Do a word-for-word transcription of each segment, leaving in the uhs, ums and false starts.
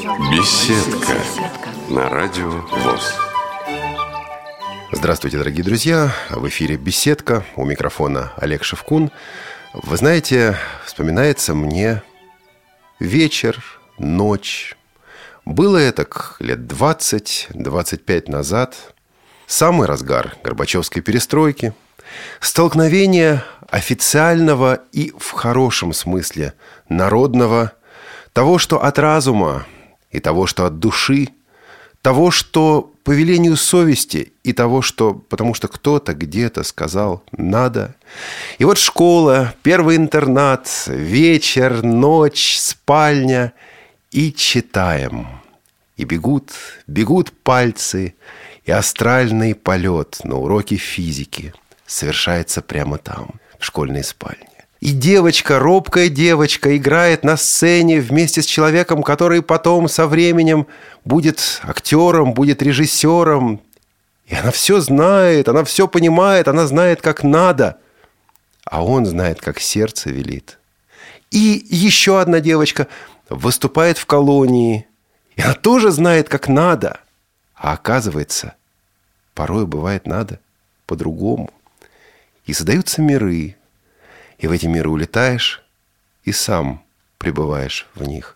Беседка на радио ВОС. Здравствуйте, дорогие друзья! В эфире «Беседка», у микрофона Олег Шевкун. Вы знаете, вспоминается мне вечер, ночь. Было это лет двадцать-двадцать пять назад. Самый разгар Горбачевской перестройки. Столкновение официального и в хорошем смысле народного, того, что от разума, и того, что от души, того, что по велению совести, и того, что потому что кто-то где-то сказал «надо». И вот школа, первый интернат, вечер, ночь, спальня, и читаем. И бегут, бегут пальцы, и астральный полет на уроке физики совершается прямо там, в школьной спальне. И девочка, робкая девочка, играет на сцене вместе с человеком, который потом со временем будет актером, будет режиссером. И она все знает, она все понимает, она знает, как надо. А он знает, как сердце велит. И еще одна девочка выступает в колонии. И она тоже знает, как надо. А оказывается, порой бывает надо по-другому. И создаются миры. И в эти миры улетаешь, и сам пребываешь в них.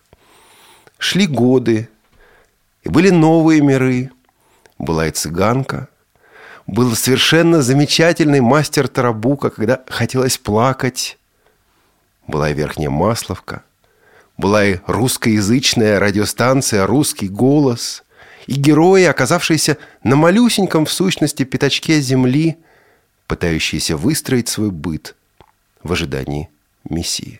Шли годы, и были новые миры. Была и цыганка. Был совершенно замечательный мастер Тарабука, когда хотелось плакать. Была и Верхняя Масловка. Была и русскоязычная радиостанция «Русский голос». И герои, оказавшиеся на малюсеньком в сущности пятачке земли, пытающиеся выстроить свой быт в ожидании Мессии.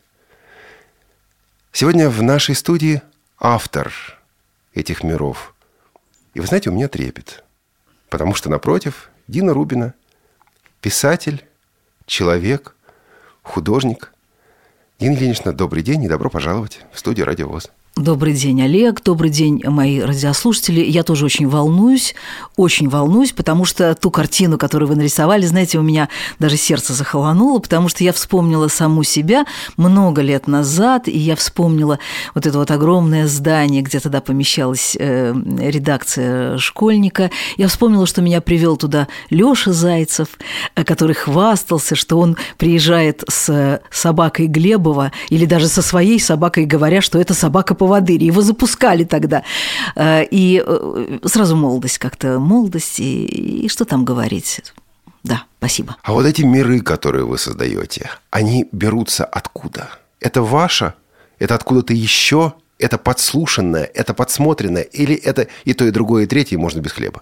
Сегодня в нашей студии автор этих миров. И вы знаете, у меня трепет. Потому что напротив Дина Рубина, писатель, человек, художник. Дина Ильинична, добрый день и добро пожаловать в студию Радио ВОС. Добрый день, Олег. Добрый день, мои радиослушатели. Я тоже очень волнуюсь, очень волнуюсь, потому что ту картину, которую вы нарисовали, знаете, у меня даже сердце захолонуло, потому что я вспомнила саму себя много лет назад, и я вспомнила вот это вот огромное здание, где тогда помещалась э, редакция «Школьника». Я вспомнила, что меня привел туда Лёша Зайцев, который хвастался, что он приезжает с собакой Глебова или даже со своей собакой, говоря, что это собака по Поводырь. Его запускали тогда. И сразу молодость как-то, молодость, и, и что там говорить. Да, спасибо. А вот эти миры, которые вы создаете, они берутся откуда? Это ваше? Это откуда-то еще? Это подслушанное? Это подсмотренное? Или это и то, и другое, и третье, можно без хлеба?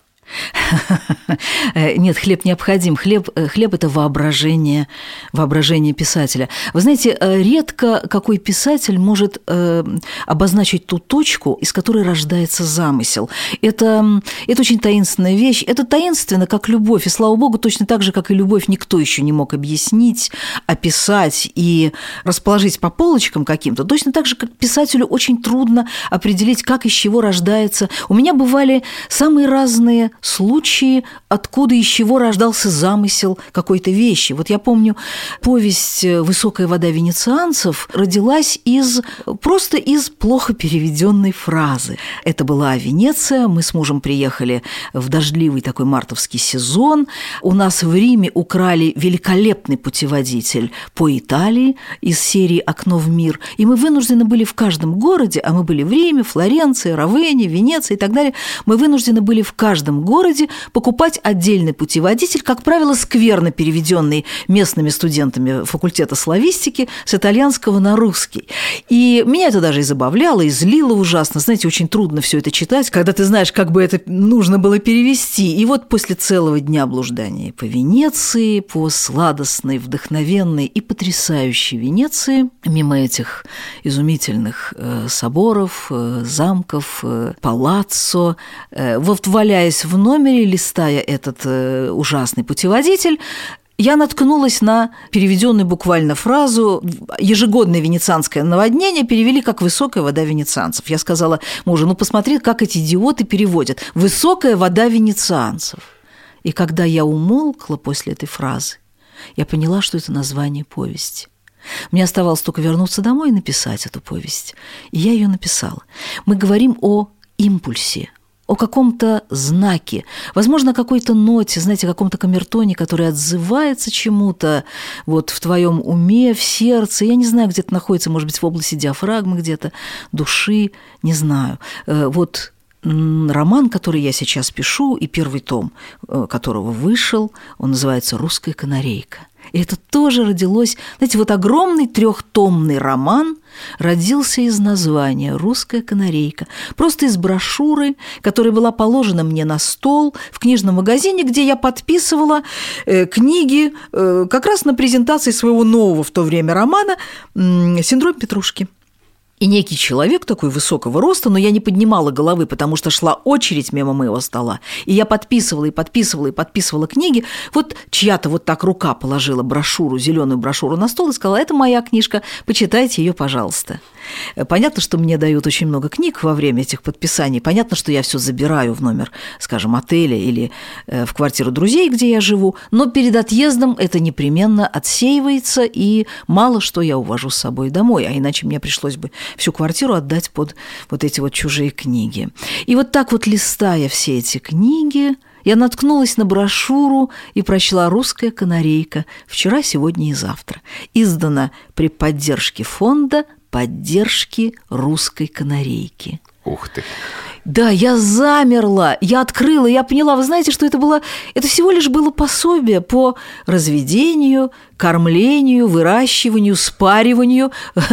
Нет, хлеб необходим. Хлеб, хлеб – это воображение, воображение писателя. Вы знаете, редко какой писатель может обозначить ту точку, из которой рождается замысел. Это, это очень таинственная вещь. Это таинственно, как любовь. И, слава богу, точно так же, как и любовь, никто еще не мог объяснить, описать и расположить по полочкам каким-то. Точно так же, как писателю очень трудно определить, как из чего рождается. У меня бывали самые разные случаи, откуда, из чего рождался замысел какой-то вещи. Вот я помню, повесть «Высокая вода венецианцев» родилась из, просто из плохо переведенной фразы. Это была Венеция, мы с мужем приехали в дождливый такой мартовский сезон. У нас в Риме украли великолепный путеводитель по Италии из серии «Окно в мир», и мы вынуждены были в каждом городе, а мы были в Риме, Флоренции, Равенне, Венеции и так далее, мы вынуждены были в каждом городе покупать отдельный путеводитель, как правило, скверно переведенный местными студентами факультета славистики с итальянского на русский. И меня это даже и забавляло, и злило ужасно. Знаете, очень трудно все это читать, когда ты знаешь, как бы это нужно было перевести. И вот после целого дня блуждания по Венеции, по сладостной, вдохновенной и потрясающей Венеции, мимо этих изумительных соборов, замков, палаццо, вот валяясь в номере, листая этот э, ужасный путеводитель, я наткнулась на переведенную буквально фразу «Ежегодное венецианское наводнение» перевели как «Высокая вода венецианцев». Я сказала мужу: ну посмотри, как эти идиоты переводят «Высокая вода венецианцев». И когда я умолкла после этой фразы, я поняла, что это название повести. Мне оставалось только вернуться домой и написать эту повесть. И я ее написала. Мы говорим о импульсе, о каком-то знаке, возможно, о какой-то ноте, знаете, о каком-то камертоне, который отзывается чему-то вот в твоем уме, в сердце. Я не знаю, где это находится, может быть, в области диафрагмы где-то, души, не знаю. Вот роман, который я сейчас пишу, и первый том которого вышел, он называется «Русская канарейка». И это тоже родилось, знаете, вот огромный трехтомный роман родился из названия «Русская канарейка», просто из брошюры, которая была положена мне на стол в книжном магазине, где я подписывала э, книги э, как раз на презентации своего нового в то время романа «Синдром Петрушки». И некий человек такой высокого роста, но я не поднимала головы, потому что шла очередь мимо моего стола, и я подписывала и подписывала и подписывала книги. Вот чья-то вот так рука положила брошюру, зеленую брошюру на стол и сказала: это моя книжка, почитайте ее, пожалуйста. Понятно, что мне дают очень много книг во время этих подписаний. Понятно, что я все забираю в номер, скажем, отеля или в квартиру друзей, где я живу, но перед отъездом это непременно отсеивается, и мало что я увожу с собой домой, а иначе мне пришлось бы всю квартиру отдать под вот эти вот чужие книги. И вот так вот, листая все эти книги, я наткнулась на брошюру и прочла «Русская канарейка. Вчера, сегодня и завтра». Издана при поддержке фонда поддержки русской канарейки. Ух ты! Да, я замерла, я открыла, я поняла, вы знаете, что это было, это всего лишь было пособие по разведению, кормлению, выращиванию, спариванию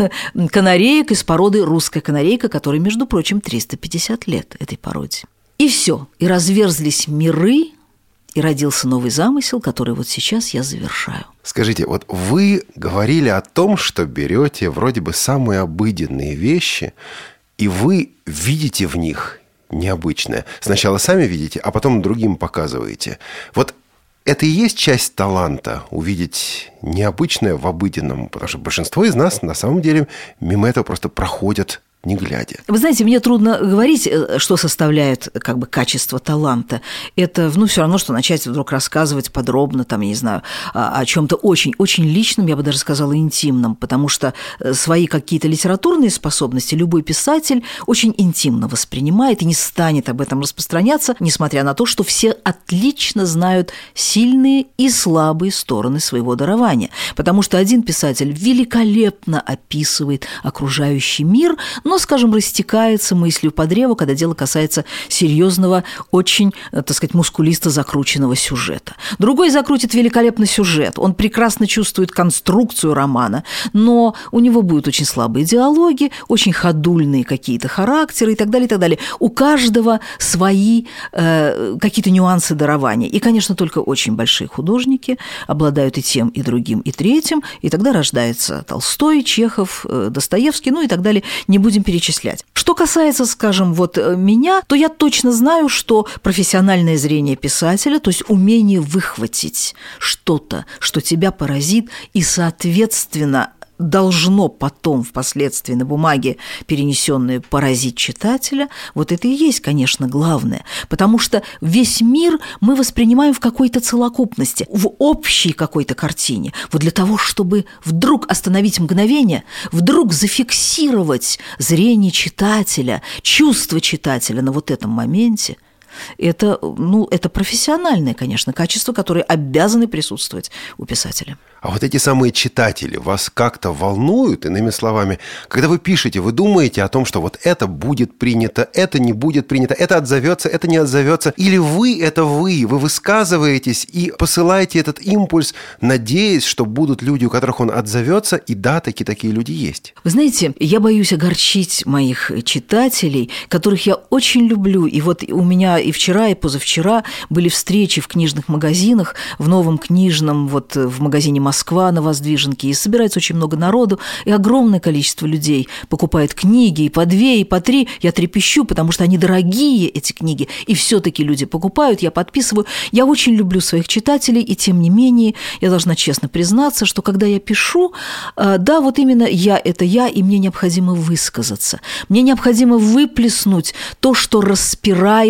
канареек из породы русская канарейка, которой, между прочим, триста пятьдесят лет этой породе. И все, и разверзлись миры, и родился новый замысел, который вот сейчас я завершаю. Скажите, вот вы говорили о том, что берете вроде бы самые обыденные вещи, и вы видите в них необычное. Сначала сами видите, а потом другим показываете. Вот это и есть часть таланта – увидеть необычное в обыденном, потому что большинство из нас на самом деле мимо этого просто проходят, не глядя. Вы знаете, мне трудно говорить, что составляет как бы качество таланта. Это, ну, все равно, что начать вдруг рассказывать подробно, там, я не знаю, о чем-то очень-очень личном, я бы даже сказала, интимном, потому что свои какие-то литературные способности любой писатель очень интимно воспринимает и не станет об этом распространяться, несмотря на то, что все отлично знают сильные и слабые стороны своего дарования. Потому что один писатель великолепно описывает окружающий мир, но, скажем, растекается мыслью по древу, когда дело касается серьезного, очень, так сказать, мускулисто закрученного сюжета. Другой закрутит великолепный сюжет, он прекрасно чувствует конструкцию романа, но у него будут очень слабые диалоги, очень ходульные какие-то характеры и так далее, и так далее. У каждого свои э, какие-то нюансы дарования. И, конечно, только очень большие художники обладают и тем, и другим, и третьим, и тогда рождается Толстой, Чехов, э, Достоевский, ну и так далее. Не будем перечислять. Что касается, скажем, вот меня, то я точно знаю, что профессиональное зрение писателя, то есть умение выхватить что-то, что тебя поразит, и, соответственно, должно потом впоследствии на бумаге, перенесенное, поразить читателя, вот это и есть, конечно, главное. Потому что весь мир мы воспринимаем в какой-то целокупности, в общей какой-то картине. Вот для того, чтобы вдруг остановить мгновение, вдруг зафиксировать зрение читателя, чувство читателя на вот этом моменте, это, ну, это профессиональное, конечно, качество, которое обязаны присутствовать у писателя. А вот эти самые читатели вас как-то волнуют? Иными словами, когда вы пишете, вы думаете о том, что вот это будет принято, это не будет принято, это отзовется, это не отзовется? Или вы – это вы, вы высказываетесь и посылаете этот импульс, надеясь, что будут люди, у которых он отзовется, и да, такие такие люди есть? Вы знаете, я боюсь огорчить моих читателей, которых я очень люблю. И вот у меня и вчера, и позавчера были встречи в книжных магазинах, в Новом книжном, вот в магазине «Москва» на Воздвиженке, и собирается очень много народу, и огромное количество людей покупает книги и по две, и по три. Я трепещу, потому что они дорогие, эти книги, и все-таки люди покупают, я подписываю. Я очень люблю своих читателей, и тем не менее, я должна честно признаться, что когда я пишу, да, вот именно я – это я, и мне необходимо высказаться. Мне необходимо выплеснуть то, что распирает мое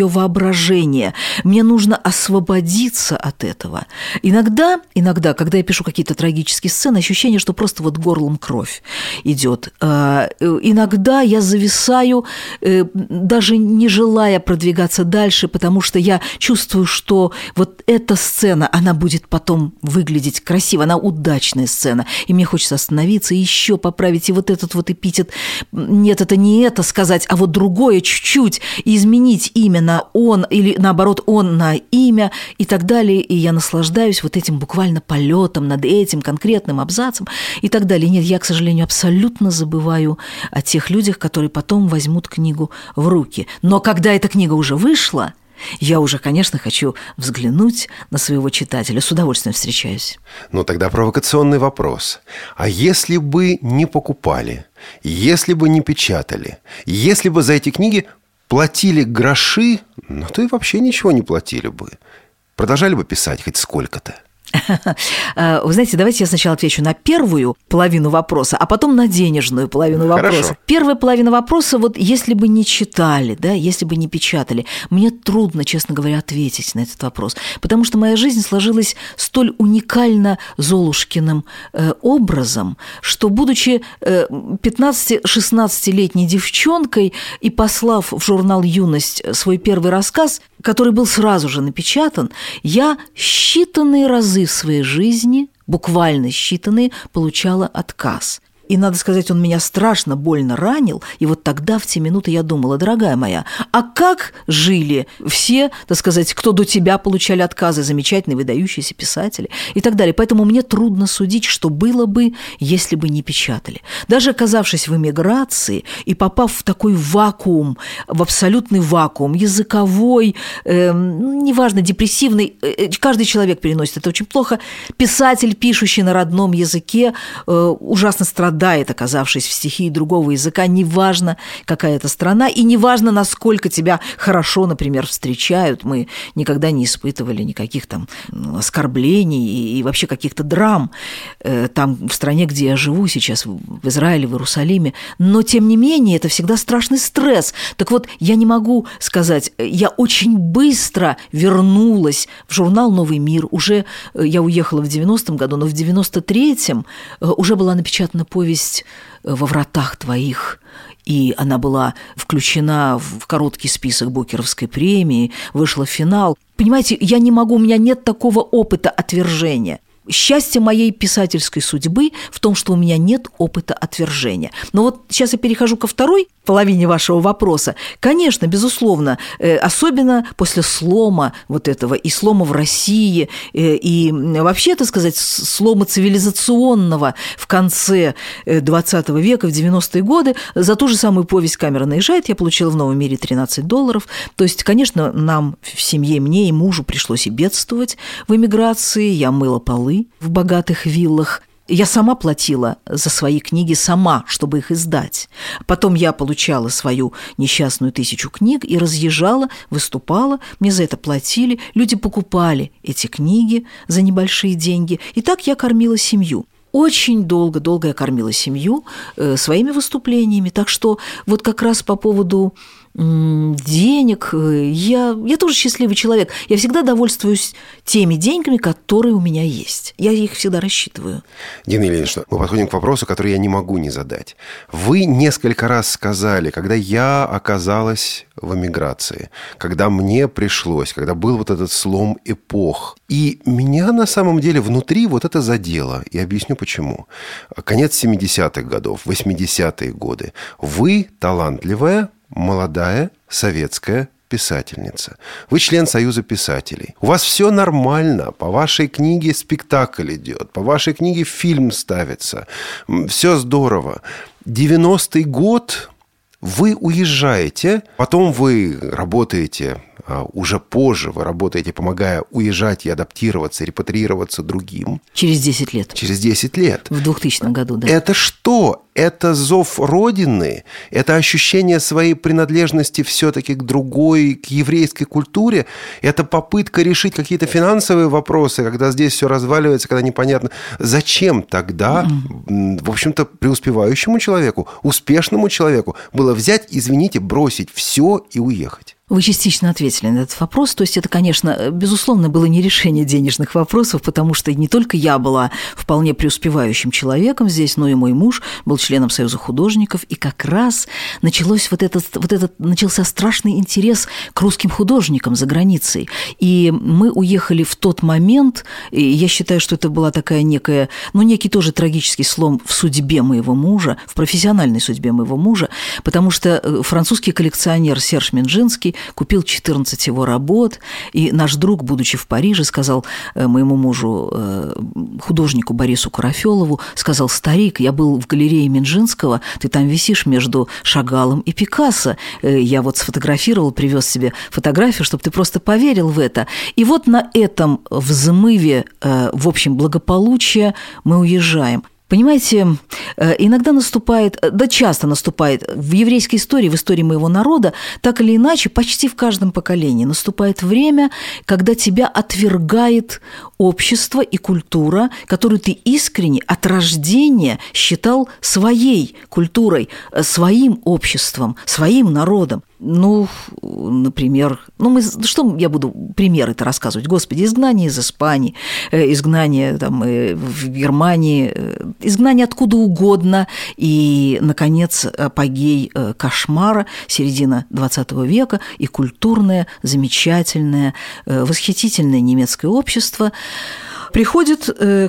воображение. Мне нужно освободиться от этого. Иногда, иногда, когда я пишу какие-то трагические сцены, ощущение, что просто вот горлом кровь идет. Иногда я зависаю, даже не желая продвигаться дальше, потому что я чувствую, что вот эта сцена, она будет потом выглядеть красиво, она удачная сцена, и мне хочется остановиться и еще поправить, и вот этот вот эпитет, нет, это не это сказать, а вот другое чуть-чуть, и изменить имя на «он», или наоборот, «он» на имя, и так далее, и я наслаждаюсь вот этим буквально полетом над этим конкретным абзацем, и так далее. Нет, я, к сожалению, абсолютно забываю о тех людях, которые потом возьмут книгу в руки. Но когда эта книга уже вышла, я уже, конечно, хочу взглянуть на своего читателя. С удовольствием встречаюсь. Ну, тогда провокационный вопрос. А если бы не покупали, если бы не печатали, если бы за эти книги платили гроши, ну, то и вообще ничего не платили бы. Продолжали бы писать хоть сколько-то. Вы знаете, давайте я сначала отвечу на первую половину вопроса, а потом на денежную половину вопроса. Хорошо. Первая половина вопроса, вот если бы не читали, да, если бы не печатали, мне трудно, честно говоря, ответить на этот вопрос, потому что моя жизнь сложилась столь уникально Золушкиным э, образом, что, будучи э, пятнадцати-шестнадцатилетней девчонкой и послав в журнал «Юность» свой первый рассказ, который был сразу же напечатан, я считанные разы в своей жизни, буквально считанные, получала отказ. И, надо сказать, он меня страшно больно ранил. И вот тогда, в те минуты, я думала: дорогая моя, а как жили все, так сказать, кто до тебя получали отказы, замечательные, выдающиеся писатели и так далее. Поэтому мне трудно судить, что было бы, если бы не печатали. Даже оказавшись в эмиграции и попав в такой вакуум, в абсолютный вакуум, языковой, э, неважно, депрессивный, э, каждый человек переносит это очень плохо. Писатель, пишущий на родном языке, э, ужасно страдает, оказавшись в стихии другого языка, неважно, какая это страна, и неважно, насколько тебя хорошо, например, встречают. Мы никогда не испытывали никаких там оскорблений и вообще каких-то драм там, в стране, где я живу сейчас, в Израиле, в Иерусалиме. Но, тем не менее, это всегда страшный стресс. Так вот, я не могу сказать, я очень быстро вернулась в журнал «Новый мир». Уже я уехала в девяностом году, но в девяносто третьем уже была напечатана повесть «Во вратах твоих», и она была включена в короткий список Букеровской премии, вышла в финал. Понимаете, я не могу, у меня нет такого опыта отвержения. Счастье моей писательской судьбы в том, что у меня нет опыта отвержения. Но вот сейчас я перехожу ко второй половине вашего вопроса. Конечно, безусловно, особенно после слома вот этого, и слома в России, и вообще, так сказать, слома цивилизационного в конце двадцатого века, в девяностые годы, за ту же самую повесть «Камера наезжает» я получила в «Новом мире» тринадцать долларов. То есть, конечно, нам в семье, мне и мужу пришлось и бедствовать в эмиграции. Я мыла полы в богатых виллах. Я сама платила за свои книги, сама, чтобы их издать. Потом я получала свою несчастную тысячу книг и разъезжала, выступала, мне за это платили, люди покупали эти книги за небольшие деньги. И так я кормила семью. Очень долго-долго я кормила семью э, своими выступлениями. Так что вот как раз по поводу денег, я, я тоже счастливый человек. Я всегда довольствуюсь теми деньгами, которые у меня есть. Я их всегда рассчитываю. Дина Ильинична, мы подходим к вопросу, который я не могу не задать. Вы несколько раз сказали, когда я оказалась в эмиграции, когда мне пришлось, когда был вот этот слом эпох. И меня на самом деле внутри вот это задело. И объясню почему. Конец семидесятых годов, восьмидесятые годы. Вы талантливая, молодая советская писательница. Вы член Союза писателей. У вас все нормально. По вашей книге спектакль идет. По вашей книге фильм ставится. Все здорово. девяностый год вы уезжаете. Потом вы работаете уже позже. Вы работаете, помогая уезжать и адаптироваться, репатриироваться другим. Через десять лет. Через десять лет. В двухтысячном году, да. Это что? Это зов Родины? Это ощущение своей принадлежности все-таки к другой, к еврейской культуре? Это попытка решить какие-то финансовые вопросы, когда здесь все разваливается, когда непонятно. Зачем тогда, mm-hmm. в общем-то, преуспевающему человеку, успешному человеку было взять, извините, бросить все и уехать? Вы частично ответили на этот вопрос. То есть это, конечно, безусловно, было не решение денежных вопросов, потому что не только я была вполне преуспевающим человеком здесь, но и мой муж был членом Союза художников. И как раз началось вот этот, вот этот, начался страшный интерес к русским художникам за границей. И мы уехали в тот момент, и я считаю, что это была такая некая, ну, некий тоже трагический слом в судьбе моего мужа, в профессиональной судьбе моего мужа, потому что французский коллекционер Серж Минжинский купил четырнадцать его работ, и наш друг, будучи в Париже, сказал моему мужу, художнику Борису Карафелову, сказал: старик, я был в галерее Минжинского, ты там висишь между Шагалом и Пикассо, я вот сфотографировал, привез себе фотографию, чтобы ты просто поверил в это. И вот на этом взмыве, в общем, благополучия мы уезжаем. Понимаете, иногда наступает, да часто наступает в еврейской истории, в истории моего народа, так или иначе, почти в каждом поколении наступает время, когда тебя отвергает общество и культура, которую ты искренне от рождения считал своей культурой, своим обществом, своим народом. Ну, например, ну мы, что я буду примеры-то рассказывать? Господи, изгнание из Испании, изгнание там, в Германии, изгнание откуда угодно, и, наконец, апогей кошмара, середина двадцатого века, и культурное, замечательное, восхитительное немецкое общество приходит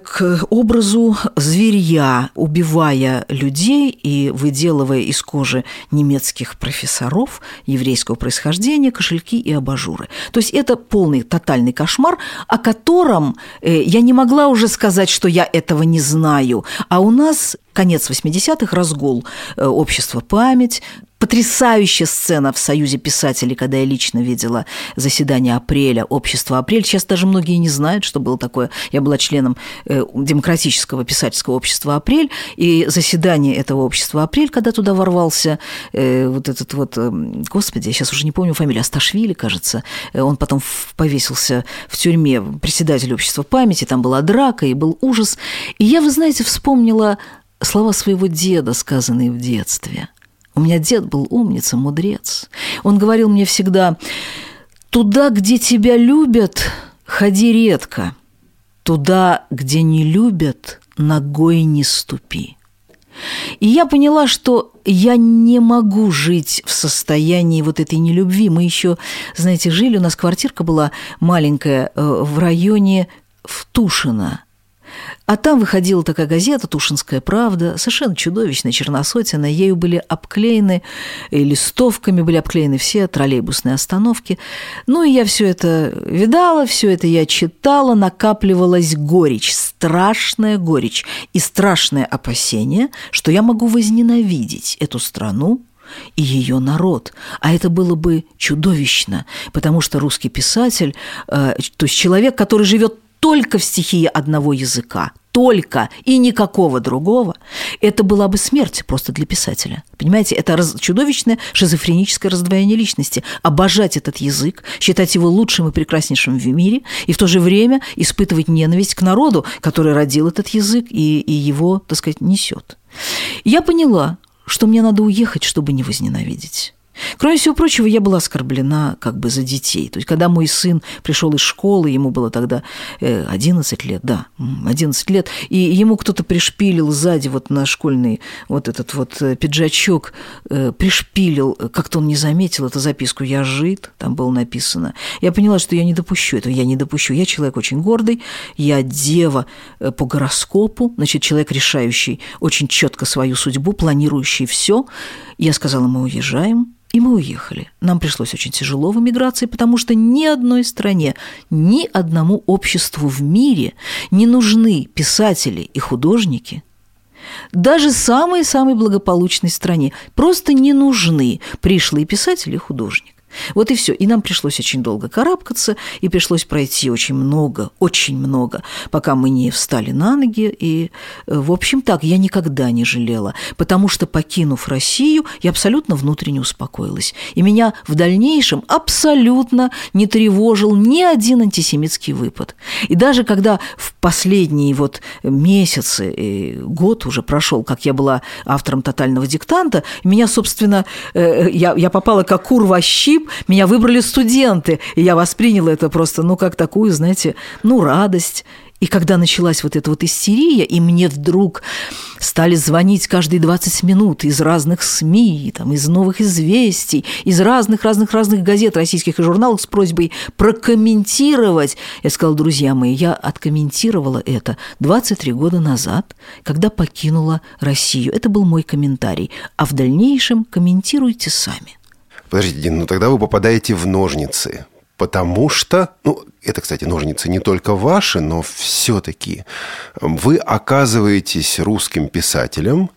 к образу зверья, убивая людей и выделывая из кожи немецких профессоров еврейского происхождения кошельки и абажуры. То есть это полный, тотальный кошмар, о котором я не могла уже сказать, что я этого не знаю. А у нас конец восьмидесятых, разгул общества «Память», потрясающая сцена в Союзе писателей, когда я лично видела заседание «Апреля», общество «Апрель». Сейчас даже многие не знают, что было такое. Я была членом демократического писательского общества «Апрель», и заседание этого общества «Апрель», когда туда ворвался вот этот вот, господи, я сейчас уже не помню фамилию, Асташвили, кажется, он потом повесился в тюрьме, председатель общества «Памяти», там была драка и был ужас. И я, вы знаете, вспомнила слова своего деда, сказанные в детстве. У меня дед был умница, мудрец. Он говорил мне всегда: туда, где тебя любят, ходи редко, туда, где не любят, ногой не ступи. И я поняла, что я не могу жить в состоянии вот этой нелюбви. Мы еще, знаете, жили, у нас квартирка была маленькая в районе Тушино. А там выходила такая газета «Тушинская правда», совершенно чудовищная, черносотенная. Ею были обклеены, листовками были обклеены все троллейбусные остановки. Ну, и я все это видала, все это я читала, накапливалась горечь, страшная горечь и страшное опасение, что я могу возненавидеть эту страну и ее народ. А это было бы чудовищно, потому что русский писатель, то есть человек, который живет только в стихии одного языка, только и никакого другого, это была бы смерть просто для писателя. Понимаете, это раз, чудовищное шизофреническое раздвоение личности. Обожать этот язык, считать его лучшим и прекраснейшим в мире, и в то же время испытывать ненависть к народу, который родил этот язык и, и его, так сказать, несет. Я поняла, что мне надо уехать, чтобы не возненавидеть. Кроме всего прочего, я была оскорблена как бы за детей. То есть, когда мой сын пришел из школы, ему было тогда одиннадцать лет, да, одиннадцать лет, и ему кто-то пришпилил сзади вот на школьный вот этот вот пиджачок, пришпилил, как-то он не заметил эту записку «Я жид», там было написано. Я поняла, что я не допущу этого, я не допущу. Я человек очень гордый, я дева по гороскопу, значит, человек, решающий очень четко свою судьбу, планирующий все. Я сказала: мы уезжаем. И мы уехали. Нам пришлось очень тяжело в эмиграции, потому что ни одной стране, ни одному обществу в мире не нужны писатели и художники. Даже самой-самой благополучной стране просто не нужны пришлые писатели и художник. Вот и все. И нам пришлось очень долго карабкаться, и пришлось пройти очень много, очень много, пока мы не встали на ноги. И, в общем, так, я никогда не жалела, потому что, покинув Россию, я абсолютно внутренне успокоилась. И меня в дальнейшем абсолютно не тревожил ни один антисемитский выпад. И даже когда в последние вот месяцы, год уже прошел, как я была автором «Тотального диктанта», меня, собственно, я, я попала как кур во щип, меня выбрали студенты, и я восприняла это просто, ну, как такую, знаете, ну, радость. И когда началась вот эта вот истерия, и мне вдруг стали звонить каждые двадцать минут из разных СМИ, там, из «Новых известий», из разных-разных-разных газет российских и журналов с просьбой прокомментировать, я сказала: друзья мои, я откомментировала это двадцать три года назад, когда покинула Россию. Это был мой комментарий. А в дальнейшем комментируйте сами. Подождите, Дина, ну тогда вы попадаете в ножницы. Потому что, ну, это, кстати, ножницы не только ваши, но все-таки вы оказываетесь русским писателем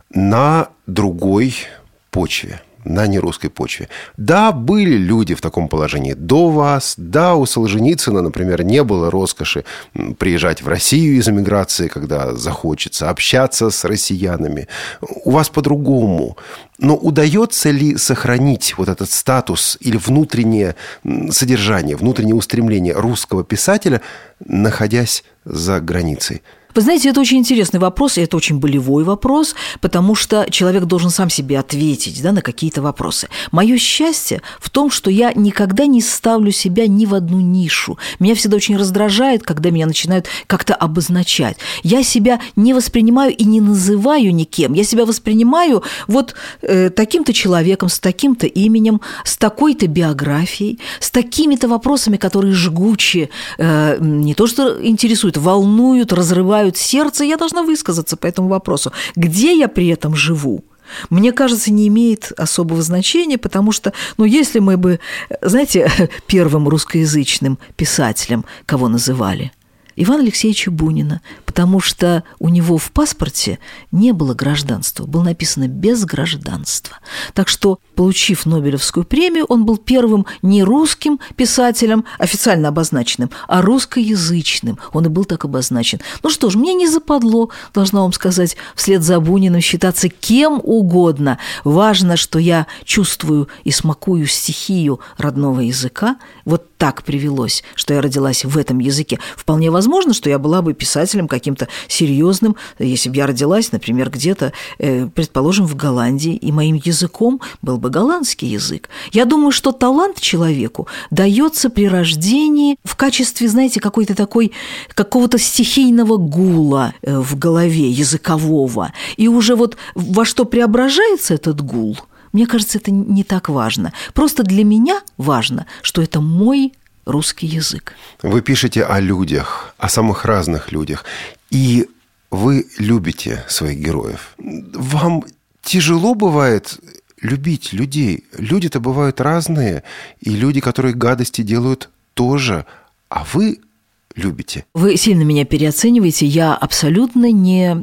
на другой почве, на нерусской почве. Да, были люди в таком положении до вас. Да, у Солженицына, например, не было роскоши приезжать в Россию из эмиграции, когда захочется, общаться с россиянами. У вас по-другому. Но удается ли сохранить вот этот статус или внутреннее содержание, внутреннее устремление русского писателя, находясь за границей? Вы знаете, это очень интересный вопрос, и это очень болевой вопрос, потому что человек должен сам себе ответить, да, на какие-то вопросы. Мое счастье в том, что я никогда не ставлю себя ни в одну нишу. Меня всегда очень раздражает, когда меня начинают как-то обозначать. Я себя не воспринимаю и не называю никем. Я себя воспринимаю вот э, таким-то человеком, с таким-то именем, с такой-то биографией, с такими-то вопросами, которые жгучие, э, не то что интересуют, волнуют, разрывают сердце, я должна высказаться по этому вопросу. Где я при этом живу? Мне кажется, не имеет особого значения, потому что, ну, если мы бы, знаете, первым русскоязычным писателем кого называли? Ивана Алексеевича Бунина, потому что у него в паспорте не было гражданства, было написано «без гражданства». Так что, получив Нобелевскую премию, он был первым не русским писателем, официально обозначенным, а русскоязычным. Он и был так обозначен. Ну что ж, мне не западло, должна вам сказать, вслед за Буниным считаться кем угодно. Важно, что я чувствую и смакую стихию родного языка. Вот так привелось, что я родилась в этом языке. Вполне возможно, что я была бы писателем каким-то серьезным, если бы я родилась, например, где-то, предположим, в Голландии, и моим языком был бы голландский язык. Я думаю, что талант человеку дается при рождении в качестве, знаете, какой-то такой, какого-то стихийного гула в голове, языкового. И уже вот во что преображается этот гул, мне кажется, это не так важно. Просто для меня важно, что это мой русский язык. Вы пишете о людях, о самых разных людях, и вы любите своих героев. Вам тяжело бывает любить людей? Люди-то бывают разные, и люди, которые гадости делают, тоже. А вы любите? Вы сильно меня переоцениваете. Я абсолютно не,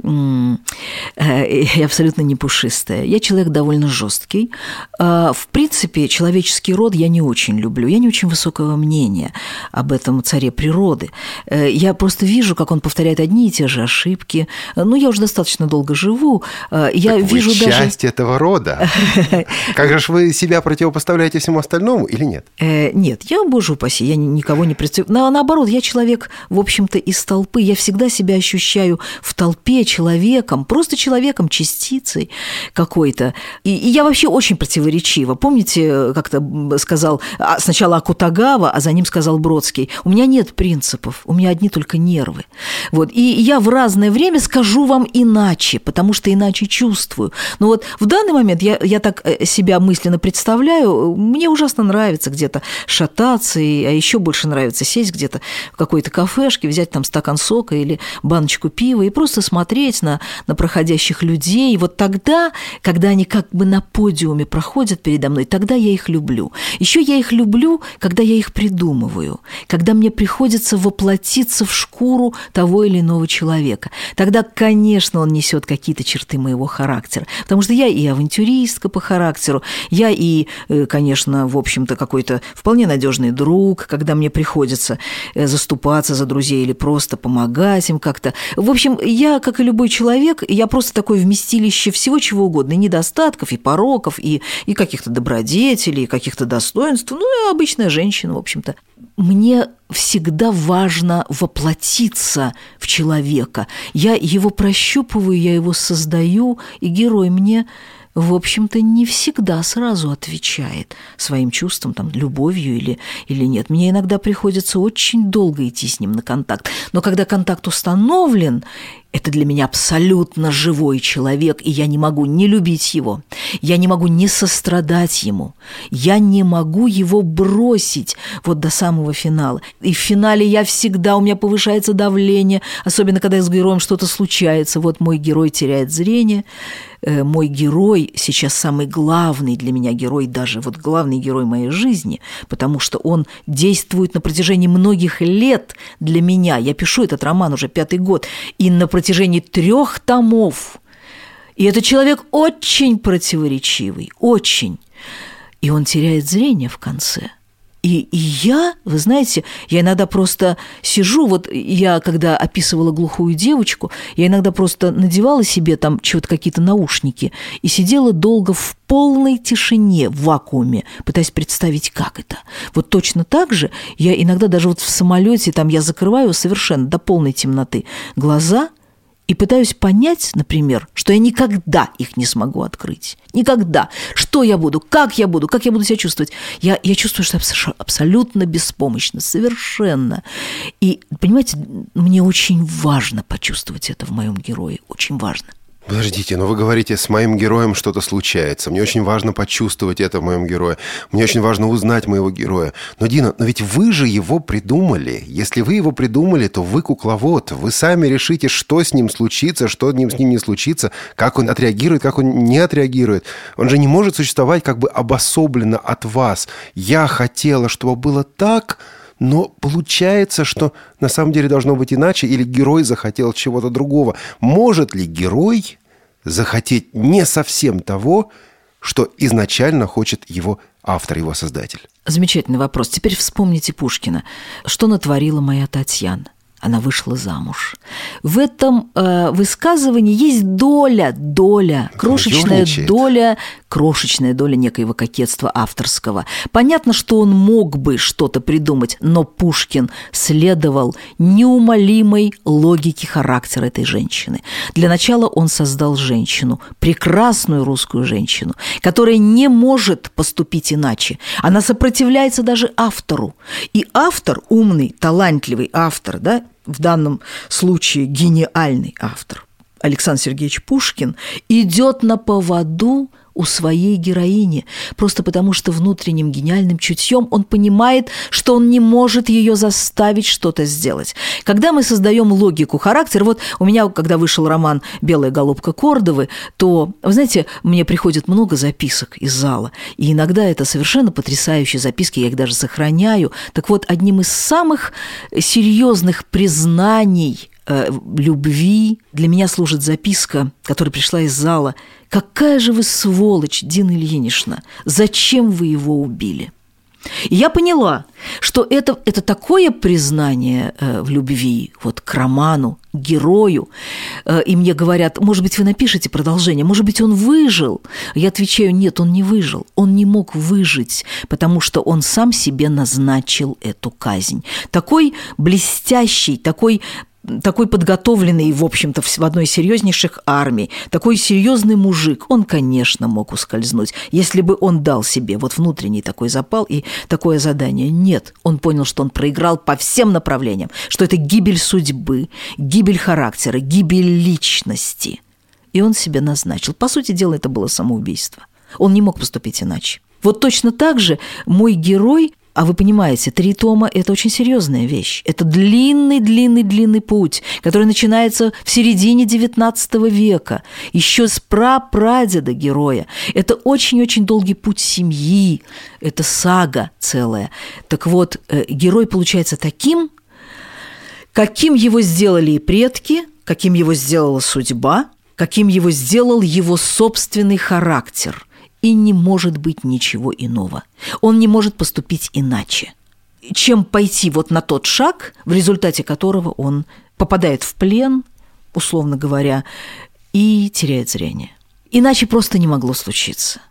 я абсолютно не пушистая. Я человек довольно жесткий. В принципе, человеческий род я не очень люблю. Я не очень высокого мнения об этом царе природы. Я просто вижу, как он повторяет одни и те же ошибки. Ну, я уже достаточно долго живу. Я так вижу вы даже... часть этого рода. Как же вы себя противопоставляете всему остальному или нет? Нет, я, боже упаси, я никого не представляю. Наоборот, я человек, в общем-то, из толпы. Я всегда себя ощущаю в толпе человеком, просто человеком, частицей какой-то. И, и я вообще очень противоречива. Помните, как-то сказал сначала Акутагава, а за ним сказал Бродский: у меня нет принципов, у меня одни только нервы. Вот. И я в разное время скажу вам иначе, потому что иначе чувствую. Но вот в данный момент я, я так себя мысленно представляю, мне ужасно нравится где-то шататься, и, а еще больше нравится сесть где-то в какой-то кафешке, взять там стакан сока или баночку пива и просто смотреть на, на проходящих людей. И вот тогда, когда они как бы на подиуме проходят передо мной, тогда я их люблю. Еще я их люблю, когда я их придумываю, когда мне приходится воплотиться в шкуру того или иного человека. Тогда, конечно, он несет какие-то черты моего характера, потому что я и авантюристка по характеру, я и, конечно, в общем-то, какой-то вполне надежный друг, когда мне приходится заступаться за друзей или просто помогать им как-то. В общем, я, как и любой человек, я просто такое вместилище всего чего угодно, и недостатков, и пороков, и, и каких-то добродетелей, и каких-то достоинств. Ну, я обычная женщина, в общем-то. мне всегда важно воплотиться в человека. Я его прощупываю, я его создаю, и герой мне, в общем-то, не всегда сразу отвечает своим чувствам, там, любовью или, или нет. Мне иногда приходится очень долго идти с ним на контакт. Но когда контакт установлен, это для меня абсолютно живой человек, и я не могу не любить его, я не могу не сострадать ему, я не могу его бросить вот до самого финала. И в финале я всегда, у меня повышается давление, особенно когда с героем что-то случается. Вот мой герой теряет зрение, мой герой сейчас самый главный для меня герой, даже вот главный герой моей жизни, потому что он действует на протяжении многих лет для меня. Я пишу этот роман уже пятый год, и на протяжении трех томов. И этот человек очень противоречивый, очень. И он теряет зрение в конце. И, и я, вы знаете, я иногда просто сижу, вот я, когда описывала глухую девочку, я иногда просто надевала себе там чего-то, какие-то наушники, и сидела долго в полной тишине, в вакууме, пытаясь представить, как это. Вот точно так же я иногда даже вот в самолете, там я закрываю совершенно до полной темноты глаза и пытаюсь понять, например, что я никогда их не смогу открыть. Никогда. Что я буду, как я буду, как я буду себя чувствовать. Я, я чувствую, что я абсолютно беспомощна, совершенно. И, понимаете, мне очень важно почувствовать это в моем герое, очень важно. Подождите, но вы говорите, с моим героем что-то случается. Мне очень важно почувствовать это в моем герое. Мне очень важно узнать моего героя. Но, Дина, но ведь вы же его придумали. Если вы его придумали, то вы кукловод. Вы сами решите, что с ним случится, что с ним не случится, как он отреагирует, как он не отреагирует. Он же не может существовать как бы обособленно от вас. Я хотела, чтобы было так... Но получается, что на самом деле должно быть иначе, или герой захотел чего-то другого. Может ли герой захотеть не совсем того, что изначально хочет его автор, его создатель? Замечательный вопрос. Теперь вспомните Пушкина. Что натворила моя Татьяна? Она вышла замуж. В этом э, высказывании есть доля, доля, крошечная доля, крошечная доля некоего кокетства авторского. Понятно, что он мог бы что-то придумать, но Пушкин следовал неумолимой логике характера этой женщины. Для начала он создал женщину, прекрасную русскую женщину, которая не может поступить иначе. Она сопротивляется даже автору. И автор, умный, талантливый автор, да, в данном случае гениальный автор, Александр Сергеевич Пушкин, идет на поводу у своей героини, просто потому что внутренним гениальным чутьем он понимает, что он не может ее заставить что-то сделать. Когда мы создаем логику характера, вот у меня, когда вышел роман «Белая голубка Кордовы», то, вы знаете, мне приходит много записок из зала, и иногда это совершенно потрясающие записки, я их даже сохраняю. Так вот, одним из самых серьезных признаний любви для меня служит записка, которая пришла из зала. «Какая же вы сволочь, Дина Ильинична! Зачем вы его убили?» И я поняла, что это, это такое признание в любви вот, к роману, к герою. И мне говорят, может быть, вы напишите продолжение, может быть, он выжил. Я отвечаю, нет, он не выжил. Он не мог выжить, потому что он сам себе назначил эту казнь. Такой блестящий, такой... такой подготовленный, в общем-то, в одной из серьезнейших армий, такой серьезный мужик, он, конечно, мог ускользнуть, если бы он дал себе вот внутренний такой запал и такое задание. Нет, он понял, что он проиграл по всем направлениям, что это гибель судьбы, гибель характера, гибель личности. И он себе назначил. По сути дела, это было самоубийство. Он не мог поступить иначе. Вот точно так же мой герой... А вы понимаете, три тома – это очень серьезная вещь. Это длинный-длинный-длинный путь, который начинается в середине девятнадцатого века, еще с прапрадеда героя. Это очень-очень долгий путь семьи, это сага целая. Так вот, герой получается таким, каким его сделали и предки, каким его сделала судьба, каким его сделал его собственный характер – и не может быть ничего иного. Он не может поступить иначе, чем пойти вот на тот шаг, в результате которого он попадает в плен, условно говоря, и теряет зрение. Иначе просто не могло случиться.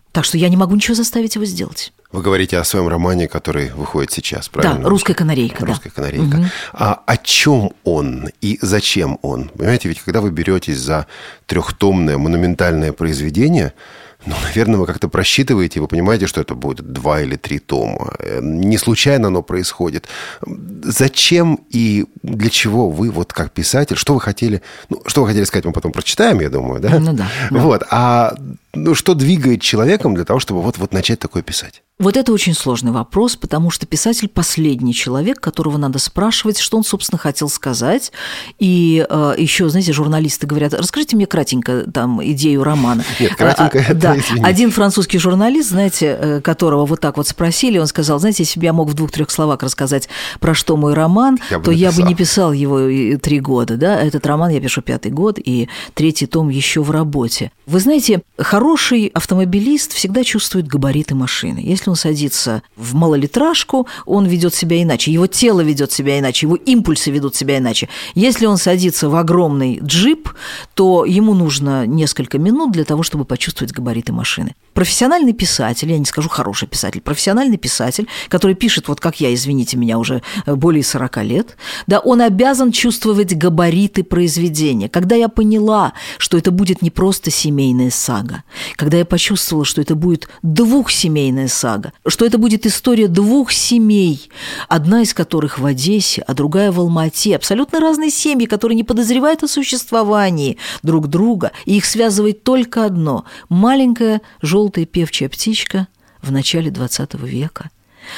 Так что я не могу ничего заставить его сделать. Вы говорите о своем романе, который выходит сейчас, правильно? Да, «Русская канарейка». «Русская да. канарейка». Угу. А о чем он и зачем он? Понимаете, ведь когда вы беретесь за трехтомное монументальное произведение, ну, наверное, вы как-то просчитываете, вы понимаете, что это будет два или три тома. Не случайно оно происходит. Зачем и для чего вы, вот как писатель, что вы хотели... Ну, что вы хотели сказать, мы потом прочитаем, я думаю, да? Ну, да. да. Вот. А ну, что двигает человеком для того, чтобы вот-вот начать такое писать? Вот это очень сложный вопрос, потому что писатель – последний человек, которого надо спрашивать, что он, собственно, хотел сказать. И э, еще, знаете, журналисты говорят, расскажите мне кратенько там идею романа. Нет, кратенько а, это, да. извините. Один французский журналист, знаете, которого вот так вот спросили, он сказал, знаете, если бы я мог в двух-трех словах рассказать, про что мой роман, я то я бы не писал его три года. Да? Этот роман я пишу пятый год, и третий том еще в работе. Вы знаете, хороший автомобилист всегда чувствует габариты машины. Если он садится в малолитражку, он ведет себя иначе, его тело ведет себя иначе, его импульсы ведут себя иначе. Если он садится в огромный джип, то ему нужно несколько минут для того, чтобы почувствовать габариты машины. Профессиональный писатель, я не скажу хороший писатель, профессиональный писатель, который пишет, вот как я, извините меня, уже более сорока лет, да, он обязан чувствовать габариты произведения. Когда я поняла, что это будет не просто семейная сага, когда я почувствовала, что это будет двухсемейная сага, что это будет история двух семей, одна из которых в Одессе, а другая в Алма-Ате, абсолютно разные семьи, которые не подозревают о существовании друг друга, и их связывает только одно – маленькая желтая певчая птичка в начале двадцатого века.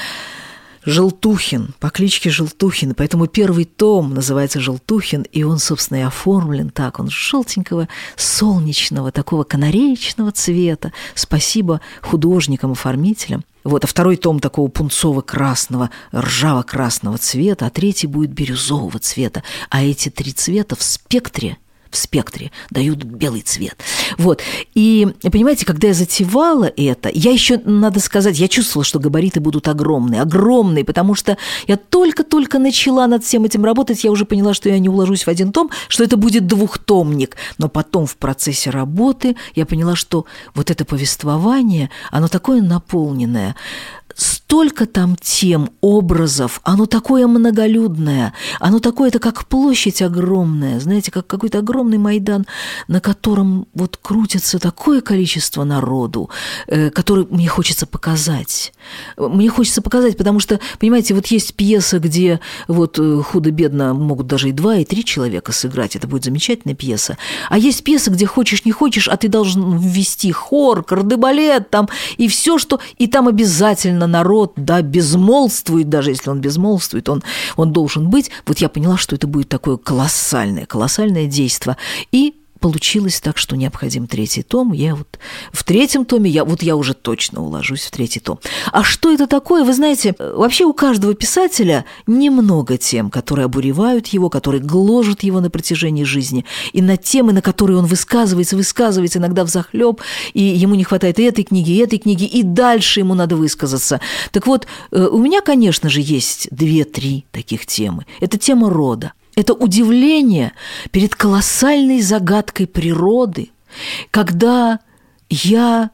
Желтухин, по кличке Желтухин, поэтому первый том называется «Желтухин», и он, собственно, и оформлен так, он желтенького, солнечного, такого канареечного цвета. Спасибо художникам-оформителям. Вот, а второй том такого пунцово-красного, ржаво-красного цвета, а третий будет бирюзового цвета. А эти три цвета в спектре в спектре дают белый цвет. Вот. И, понимаете, когда я затевала это, я еще, надо сказать, я чувствовала, что габариты будут огромные, огромные, потому что я только-только начала над всем этим работать, я уже поняла, что я не уложусь в один том, что это будет двухтомник. Но потом в процессе работы я поняла, что вот это повествование, оно такое наполненное, столько там тем, образов, оно такое многолюдное, оно такое-то, как площадь огромная, знаете, как какой-то огромный Майдан, на котором вот крутится такое количество народу, э, который мне хочется показать. Мне хочется показать, потому что, понимаете, вот есть пьеса, где вот худо-бедно могут даже и два, и три человека сыграть, это будет замечательная пьеса, а есть пьеса, где хочешь, не хочешь, а ты должен ввести хор, кардебалет там, и все, что... И там обязательно народ, да, безмолвствует, даже если он безмолвствует, он, он должен быть. Вот я поняла, что это будет такое колоссальное, колоссальное действо. И получилось так, что необходим третий том. Я вот в третьем томе, я, вот я уже точно уложусь в третий том. А что это такое? Вы знаете, вообще у каждого писателя немного тем, которые обуревают его, которые гложат его на протяжении жизни. И на темы, на которые он высказывается, высказывается иногда взахлеб, и ему не хватает и этой книги, и этой книги, и дальше ему надо высказаться. Так вот, у меня, конечно же, есть две-три таких темы. Это тема рода. Это удивление перед колоссальной загадкой природы, когда я,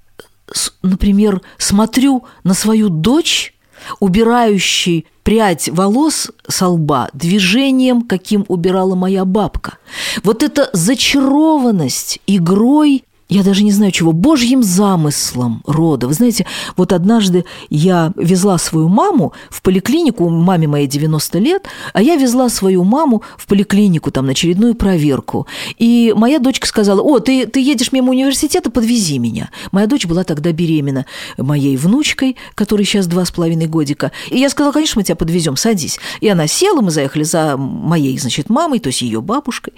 например, смотрю на свою дочь, убирающую прядь волос со лба движением, каким убирала моя бабка. Вот эта зачарованность игрой, я даже не знаю чего, божьим замыслом рода. Вы знаете, вот однажды я везла свою маму в поликлинику, маме моей девяносто лет, а я везла свою маму в поликлинику там на очередную проверку. И моя дочка сказала: «О, ты, ты едешь мимо университета, подвези меня». Моя дочь была тогда беременна моей внучкой, которой сейчас два с половиной годика. И я сказала: «Конечно, мы тебя подвезем, садись». И она села, мы заехали за моей, значит, мамой, то есть ее бабушкой.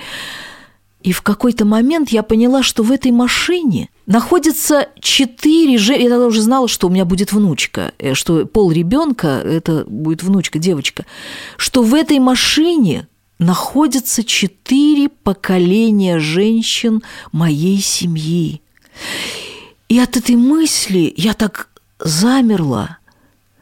И в какой-то момент я поняла, что в этой машине находится четыре женщины. Я тогда уже знала, что у меня будет внучка, что пол ребенка это будет внучка, девочка. Что в этой машине находятся четыре поколения женщин моей семьи. И от этой мысли я так замерла.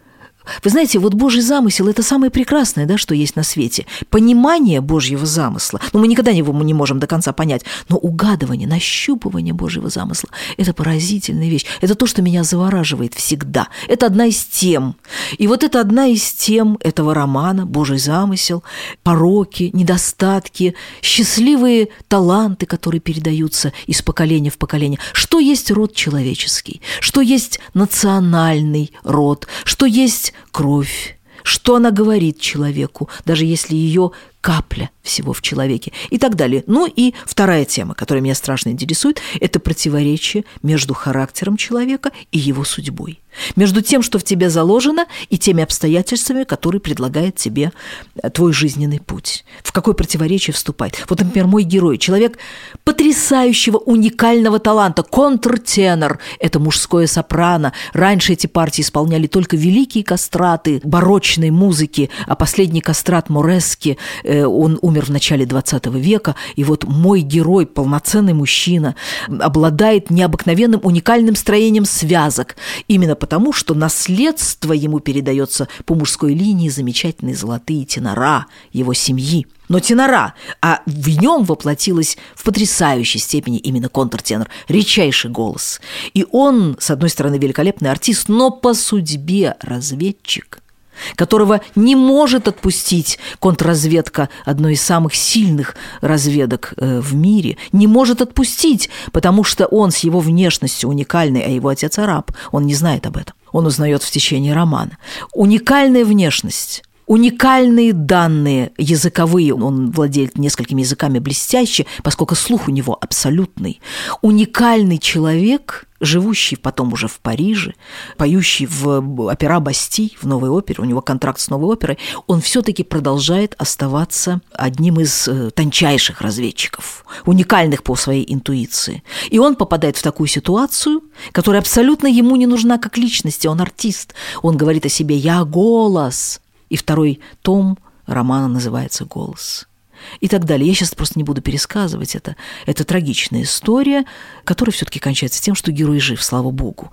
Вы знаете, вот Божий замысел – это самое прекрасное, да, что есть на свете. Понимание Божьего замысла, ну, мы никогда его не можем до конца понять, но угадывание, нащупывание Божьего замысла – это поразительная вещь. Это то, что меня завораживает всегда. Это одна из тем. И вот это одна из тем этого романа «Божий замысел», пороки, недостатки, счастливые таланты, которые передаются из поколения в поколение. Что есть род человеческий? Что есть национальный род? Что есть кровь? Что она говорит человеку, даже если ее капля всего в человеке и так далее. Ну и вторая тема, которая меня страшно интересует, это противоречие между характером человека и его судьбой. Между тем, что в тебе заложено, и теми обстоятельствами, которые предлагает тебе твой жизненный путь. В какое противоречие вступает. Вот, например, мой герой, человек потрясающего, уникального таланта, контртенор, это мужское сопрано. Раньше эти партии исполняли только великие кастраты барочной музыки, а последний кастрат Морески, он умер в начале двадцатого века, и вот мой герой, полноценный мужчина, обладает необыкновенным уникальным строением связок, именно потому, что наследство ему передается по мужской линии замечательные золотые тенора его семьи. Но тенора, а в нем воплотилась в потрясающей степени именно контртенор, редчайший голос. И он, с одной стороны, великолепный артист, но по судьбе разведчик, которого не может отпустить контрразведка одной из самых сильных разведок в мире, не может отпустить, потому что он с его внешностью уникальный, а его отец араб, он не знает об этом, он узнает в течение романа. Уникальная внешность, уникальные данные языковые, он владеет несколькими языками блестяще, поскольку слух у него абсолютный. Уникальный человек, живущий потом уже в Париже, поющий в опера Басти, в новой опере, у него контракт с новой оперой, он все-таки продолжает оставаться одним из тончайших разведчиков, уникальных по своей интуиции. И он попадает в такую ситуацию, которая абсолютно ему не нужна как личности, он артист. Он говорит о себе «я голос». И второй том романа называется «Голос». И так далее. Я сейчас просто не буду пересказывать это. Это трагичная история, которая все-таки кончается тем, что герой жив, слава богу.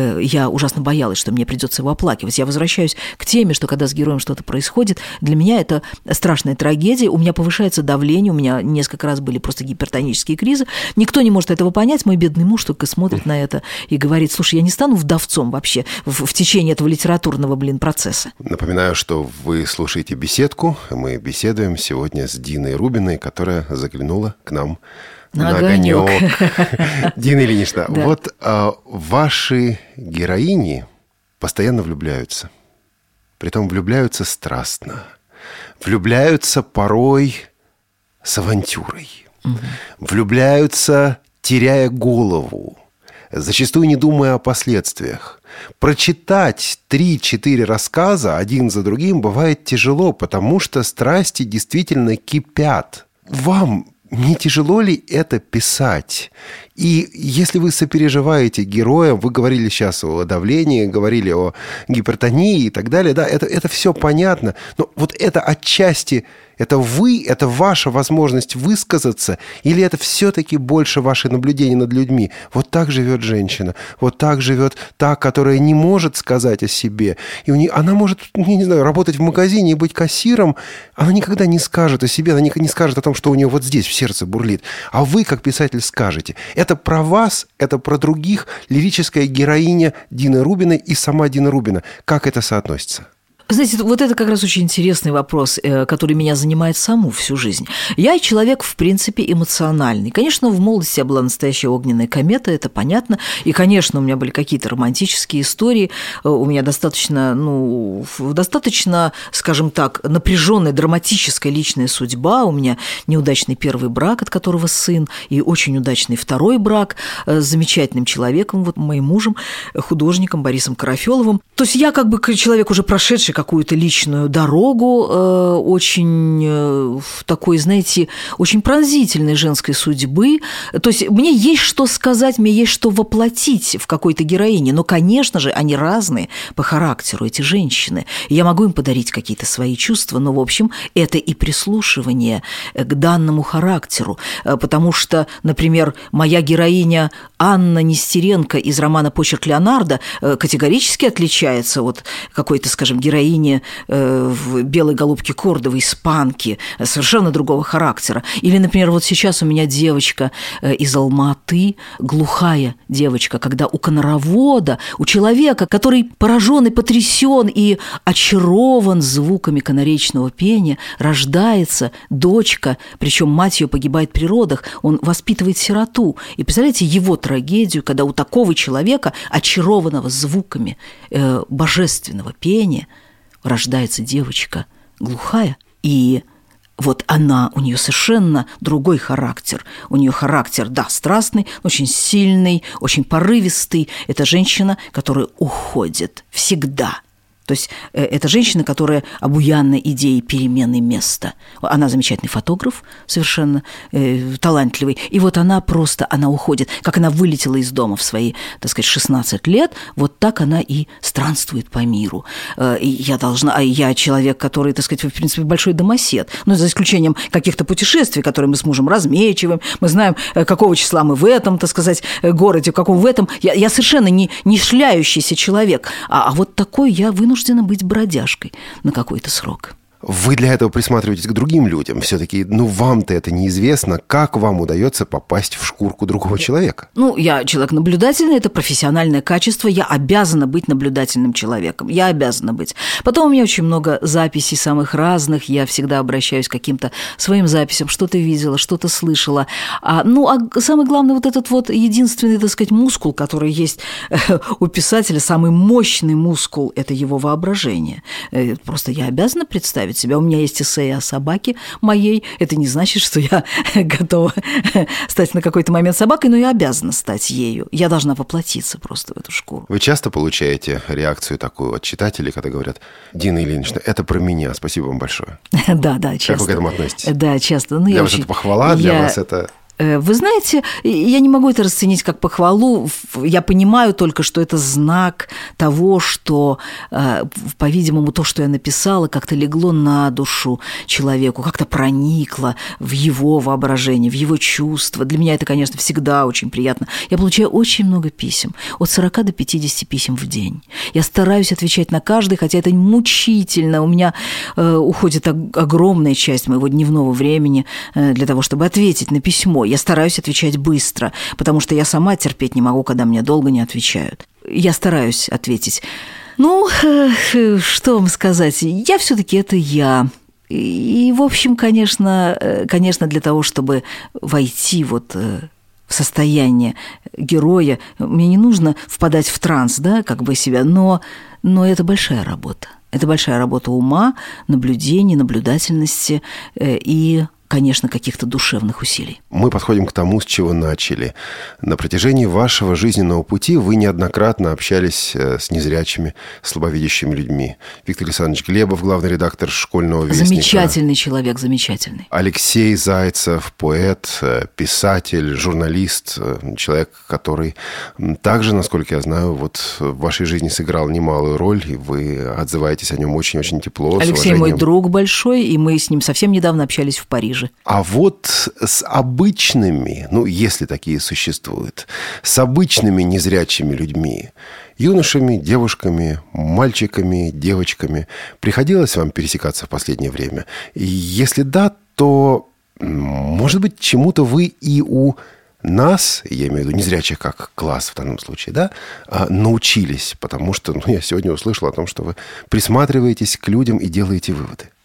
Я ужасно боялась, что мне придется его оплакивать. Я возвращаюсь к теме, что когда с героем что-то происходит, для меня это страшная трагедия. У меня повышается давление, у меня несколько раз были просто гипертонические кризы. Никто не может этого понять. Мой бедный муж только смотрит на это и говорит: слушай, я не стану вдовцом вообще в, в течение этого литературного, блин, процесса. Напоминаю, что вы слушаете беседку. Мы беседуем сегодня с Диной Рубиной, которая заглянула к нам на, на огонек. Дина Ильинична, да. Вот а, ваши героини постоянно влюбляются. Притом влюбляются страстно. Влюбляются порой с авантюрой. Угу. Влюбляются, теряя голову, зачастую не думая о последствиях. Прочитать три-четыре рассказа один за другим бывает тяжело, потому что страсти действительно кипят. Вам не тяжело ли это писать? И если вы сопереживаете героям, вы говорили сейчас о давлении, говорили о гипертонии и так далее, да, это, это все понятно, но вот это отчасти, это вы, это ваша возможность высказаться, или это все-таки больше ваше наблюдение над людьми? Вот так живет женщина, вот так живет та, которая не может сказать о себе, и у нее, она может, я не знаю, работать в магазине и быть кассиром, она никогда не скажет о себе, она никогда не скажет о том, что у нее вот здесь в сердце бурлит, а вы, как писатель, скажете. Это про вас, это про других, лирическая героиня Дины Рубиной и сама Дина Рубина. Как это соотносится? Знаете, вот это как раз очень интересный вопрос, который меня занимает саму всю жизнь. Я человек, в принципе, эмоциональный. Конечно, в молодости я была настоящая огненная комета, это понятно. И, конечно, у меня были какие-то романтические истории. У меня достаточно, ну, достаточно, скажем так, напряженная, драматическая личная судьба. У меня неудачный первый брак, от которого сын, и очень удачный второй брак с замечательным человеком, вот моим мужем, художником Борисом Карафеловым. То есть я как бы человек, уже прошедший какую-то личную дорогу очень такой, знаете, очень пронзительной женской судьбы. То есть мне есть что сказать, мне есть что воплотить в какой-то героине, но, конечно же, они разные по характеру, эти женщины. Я могу им подарить какие-то свои чувства, но, в общем, это и прислушивание к данному характеру, потому что, например, моя героиня Анна Нестеренко из романа «Почерк Леонардо» категорически отличается от какой-то, скажем, героини в «Белой голубке Кордовой», испанки, совершенно другого характера. Или, например, вот сейчас у меня девочка из Алматы, глухая девочка, когда у коноровода, у человека, который поражен и потрясен и очарован звуками канаречного пения, рождается дочка, причем мать ее погибает при родах, он воспитывает сироту. И представляете его трагедию, когда у такого человека, очарованного звуками э, божественного пения, рождается девочка глухая, и вот она, у нее совершенно другой характер. У нее характер, да, страстный, очень сильный, очень порывистый. Это женщина, которая уходит всегда. То есть это женщина, которая обуянна идеей перемены места. Она замечательный фотограф, совершенно э, талантливый. И вот она просто, она уходит. Как она вылетела из дома в свои, так сказать, шестнадцать лет, вот так она и странствует по миру. Э, и я должна, а я человек, который, так сказать, в принципе, большой домосед. Ну, за исключением каких-то путешествий, которые мы с мужем размечиваем. Мы знаем, какого числа мы в этом, так сказать, городе, в каком в этом. Я, я совершенно не, не шляющийся человек. А, а вот такой я вынуждена вынуждена быть бродяжкой на какой-то срок. Вы для этого присматриваетесь к другим людям. Все-таки, ну, вам-то это неизвестно. Как вам удается попасть в шкурку другого человека? Ну, я человек наблюдательный, это профессиональное качество. Я обязана быть наблюдательным человеком. Я обязана быть. Потом у меня очень много записей самых разных. Я всегда обращаюсь к каким-то своим записям. Что-то видела, что-то слышала. А, ну, а самое главное, вот этот вот единственный, так сказать, мускул, который есть у писателя, самый мощный мускул – это его воображение. Просто я обязана представить себя. У меня есть эссе о собаке моей. Это не значит, что я готова стать на какой-то момент собакой, но я обязана стать ею. Я должна воплотиться просто в эту шкуру. Вы часто получаете реакцию такую от читателей, когда говорят: Дина Ильинична, это про меня, спасибо вам большое? Да, да, часто. Как вы к этому относитесь? Да, часто. Для вас это похвала, для вас это... Вы знаете, я не могу это расценить как похвалу. Я понимаю только, что это знак того, что, по-видимому, то, что я написала, как-то легло на душу человеку, как-то проникло в его воображение, в его чувства. Для меня это, конечно, всегда очень приятно. Я получаю очень много писем, от сорока до пятидесяти писем в день. Я стараюсь отвечать на каждый, хотя это мучительно. У меня уходит огромная часть моего дневного времени для того, чтобы ответить на письмо. Я стараюсь отвечать быстро, потому что я сама терпеть не могу, когда мне долго не отвечают. Я стараюсь ответить. Ну, что вам сказать? Я все-таки это я. И, в общем, конечно, конечно, для того, чтобы войти вот в состояние героя, мне не нужно впадать в транс, да, как бы себя, но, но это большая работа. Это большая работа ума, наблюдения, наблюдательности и, конечно, каких-то душевных усилий. Мы подходим к тому, с чего начали. На протяжении вашего жизненного пути вы неоднократно общались с незрячими, слабовидящими людьми. Виктор Александрович Глебов, главный редактор «Школьного вестника». Замечательный человек, замечательный. Алексей Зайцев, поэт, писатель, журналист, человек, который также, насколько я знаю, вот в вашей жизни сыграл немалую роль, и вы отзываетесь о нем очень-очень тепло. Алексей мой друг большой, и мы с ним совсем недавно общались в Париже. А вот с обычными, ну, если такие существуют, с обычными незрячими людьми, юношами, девушками, мальчиками, девочками, приходилось вам пересекаться в последнее время? И если да, то, может быть, чему-то вы и у нас, я имею в виду незрячих как класс в данном случае, да, научились, потому что ну, я сегодня услышал о том, что вы присматриваетесь к людям и делаете выводы.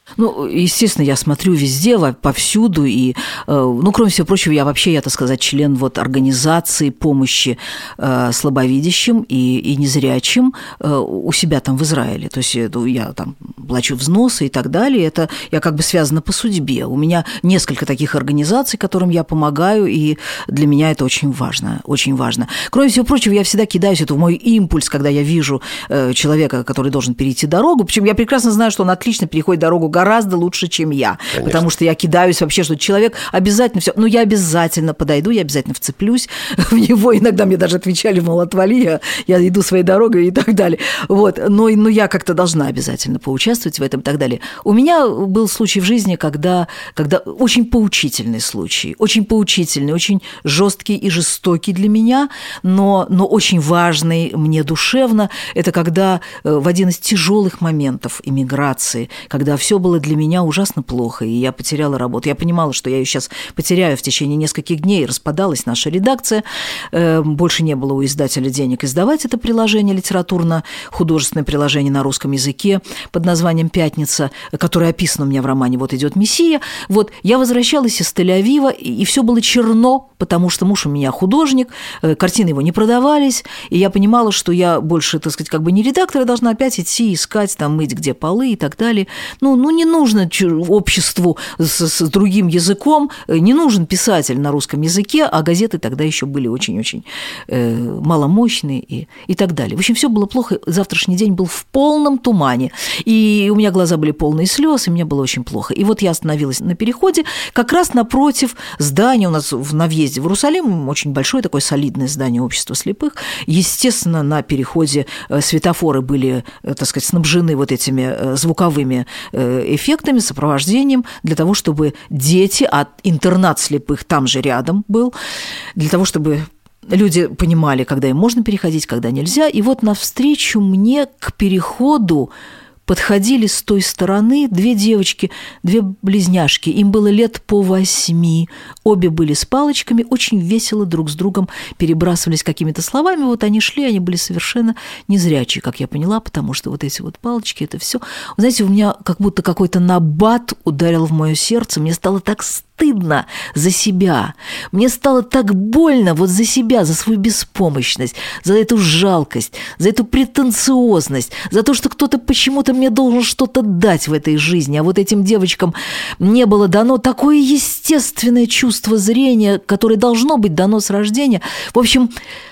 Ну, естественно, я смотрю везде, повсюду, и, ну, кроме всего прочего, я вообще, я, так сказать, член вот организации помощи э, слабовидящим и, и незрячим э, у себя там в Израиле. То есть я там плачу взносы и так далее. Это я как бы связана по судьбе. У меня несколько таких организаций, которым я помогаю, и для меня это очень важно, очень важно. Кроме всего прочего, я всегда кидаюсь, это мой импульс, когда я вижу э, человека, который должен перейти дорогу, причем я прекрасно знаю, что он отлично переходит дорогу гораздо лучше, чем я. Конечно. Потому что я кидаюсь вообще, что человек обязательно все. Ну, я обязательно подойду, я обязательно вцеплюсь в него. Иногда мне даже отвечали, мол, отвали, я, я иду своей дорогой и так далее. Вот. Но, но я как-то должна обязательно поучаствовать в этом и так далее. У меня был случай в жизни, когда, когда очень поучительный случай, очень поучительный, очень жесткий и жестокий для меня, но, но очень важный мне душевно. Это когда в один из тяжелых моментов эмиграции, когда все было для меня ужасно плохо, и я потеряла работу. Я понимала, что я ее сейчас потеряю в течение нескольких дней. Распадалась наша редакция. Больше не было у издателя денег издавать это приложение, литературно-художественное приложение на русском языке под названием «Пятница», которое описано у меня в романе «Вот идет Мессия». Вот я возвращалась из Тель-Авива, и все было черно, потому что муж у меня художник, картины его не продавались, и я понимала, что я больше, так сказать, как бы не редактор, я должна опять идти искать, там, мыть где полы и так далее. Ну, ну не нужно обществу с, с другим языком, не нужен писатель на русском языке, а газеты тогда еще были очень-очень э, маломощные и, и так далее. В общем, все было плохо, завтрашний день был в полном тумане, и у меня глаза были полные слез, и мне было очень плохо. И вот я остановилась на переходе, как раз напротив здания у нас на въезде в Иерусалим, очень большое такое солидное здание общества слепых. Естественно, на переходе светофоры были, так сказать, снабжены вот этими звуковыми эффектами, сопровождением, для того, чтобы дети, а интернат слепых там же рядом был, для того, чтобы люди понимали, когда им можно переходить, когда нельзя. И вот навстречу мне к переходу подходили с той стороны две девочки, две близняшки. Им было лет по восьми. Обе были с палочками, очень весело друг с другом перебрасывались какими-то словами. Вот они шли, они были совершенно незрячие, как я поняла, потому что вот эти вот палочки, это все. Знаете, у меня как будто какой-то набат ударил в мое сердце. Мне стало так стыдно за себя. Мне стало так больно вот за себя, за свою беспомощность, за эту жалкость, за эту претенциозность, за то, что кто-то почему-то мне должен что-то дать в этой жизни, а вот этим девочкам не было дано такое естественное чувство зрения, которое должно быть дано с рождения. В общем,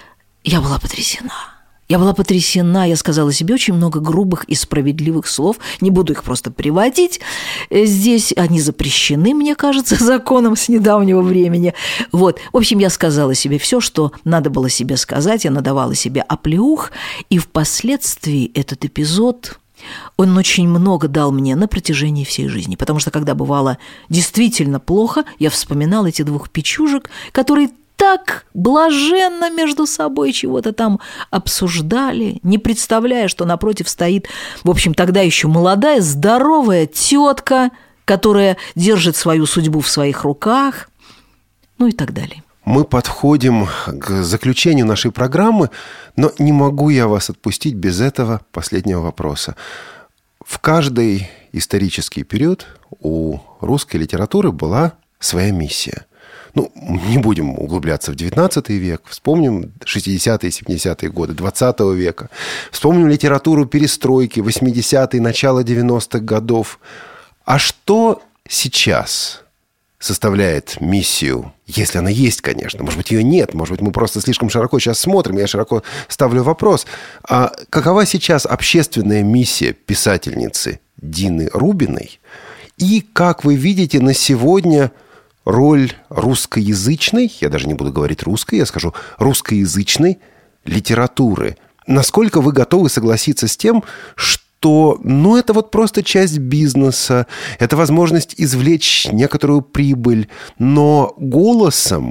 я была потрясена. Я была потрясена, я сказала себе очень много грубых и справедливых слов, не буду их просто приводить. Здесь они запрещены, мне кажется, законом с недавнего времени. Вот. В общем, я сказала себе все, что надо было себе сказать, я надавала себе оплеух, и впоследствии этот эпизод, он очень много дал мне на протяжении всей жизни, потому что, когда бывало действительно плохо, я вспоминала этих двух печужек, которые так блаженно между собой чего-то там обсуждали, не представляя, что напротив стоит, в общем, тогда еще молодая, здоровая тетка, которая держит свою судьбу в своих руках, ну и так далее. Мы подходим к заключению нашей программы, но не могу я вас отпустить без этого последнего вопроса. В каждый исторический период у русской литературы была своя миссия. Ну, не будем углубляться в девятнадцатый век, вспомним шестидесятые, семидесятые годы двадцатого века, вспомним литературу перестройки, восьмидесятые, начало девяностых годов. А что сейчас составляет миссию, если она есть, конечно, может быть, ее нет, может быть, мы просто слишком широко сейчас смотрим, я широко ставлю вопрос. А какова сейчас общественная миссия писательницы Дины Рубиной? И как вы видите на сегодня роль русскоязычной, я даже не буду говорить русской, я скажу русскоязычной литературы? Насколько вы готовы согласиться с тем, что, ну, это вот просто часть бизнеса, это возможность извлечь некоторую прибыль, но голосом